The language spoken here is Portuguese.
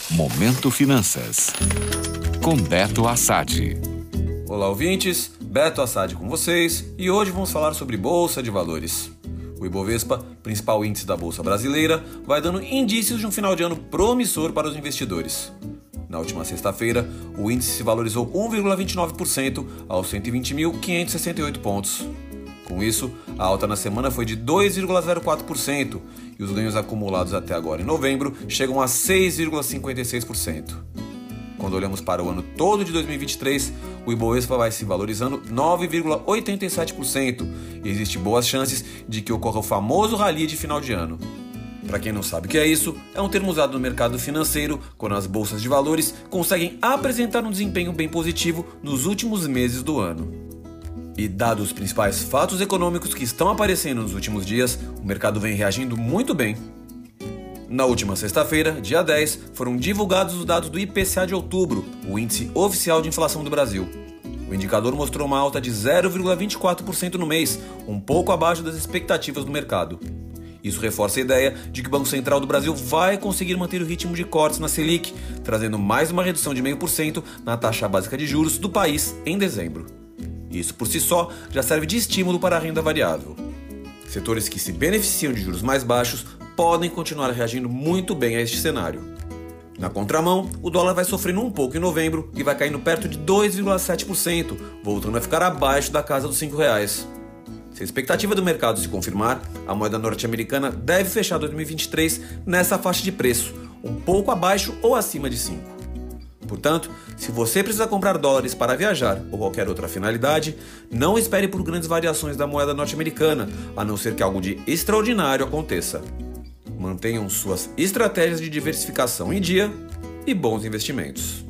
Momento Finanças, com Beto Assad. Olá, ouvintes, Beto Assad com vocês e hoje vamos falar sobre Bolsa de Valores. O Ibovespa, principal índice da Bolsa Brasileira, vai dando indícios de um final de ano promissor para os investidores. Na última sexta-feira, o índice se valorizou 1,29% aos 120.568 pontos. Com isso, a alta na semana foi de 2,04% e os ganhos acumulados até agora em novembro chegam a 6,56%. Quando olhamos para o ano todo de 2023, o Ibovespa vai se valorizando 9,87% e existem boas chances de que ocorra o famoso rally de final de ano. Para quem não sabe o que é isso, é um termo usado no mercado financeiro quando as bolsas de valores conseguem apresentar um desempenho bem positivo nos últimos meses do ano. E dados os principais fatos econômicos que estão aparecendo nos últimos dias, o mercado vem reagindo muito bem. Na última sexta-feira, dia 10, foram divulgados os dados do IPCA de outubro, o índice oficial de inflação do Brasil. O indicador mostrou uma alta de 0,24% no mês, um pouco abaixo das expectativas do mercado. Isso reforça a ideia de que o Banco Central do Brasil vai conseguir manter o ritmo de cortes na Selic, trazendo mais uma redução de 0,5% na taxa básica de juros do país em dezembro. Isso por si só já serve de estímulo para a renda variável. Setores que se beneficiam de juros mais baixos podem continuar reagindo muito bem a este cenário. Na contramão, o dólar vai sofrendo um pouco em novembro e vai caindo perto de 2,7%, voltando a ficar abaixo da casa dos R$5. Se a expectativa do mercado se confirmar, a moeda norte-americana deve fechar 2023 nessa faixa de preço, um pouco abaixo ou acima de 5. Portanto, se você precisa comprar dólares para viajar ou qualquer outra finalidade, não espere por grandes variações da moeda norte-americana, a não ser que algo de extraordinário aconteça. Mantenham suas estratégias de diversificação em dia e bons investimentos.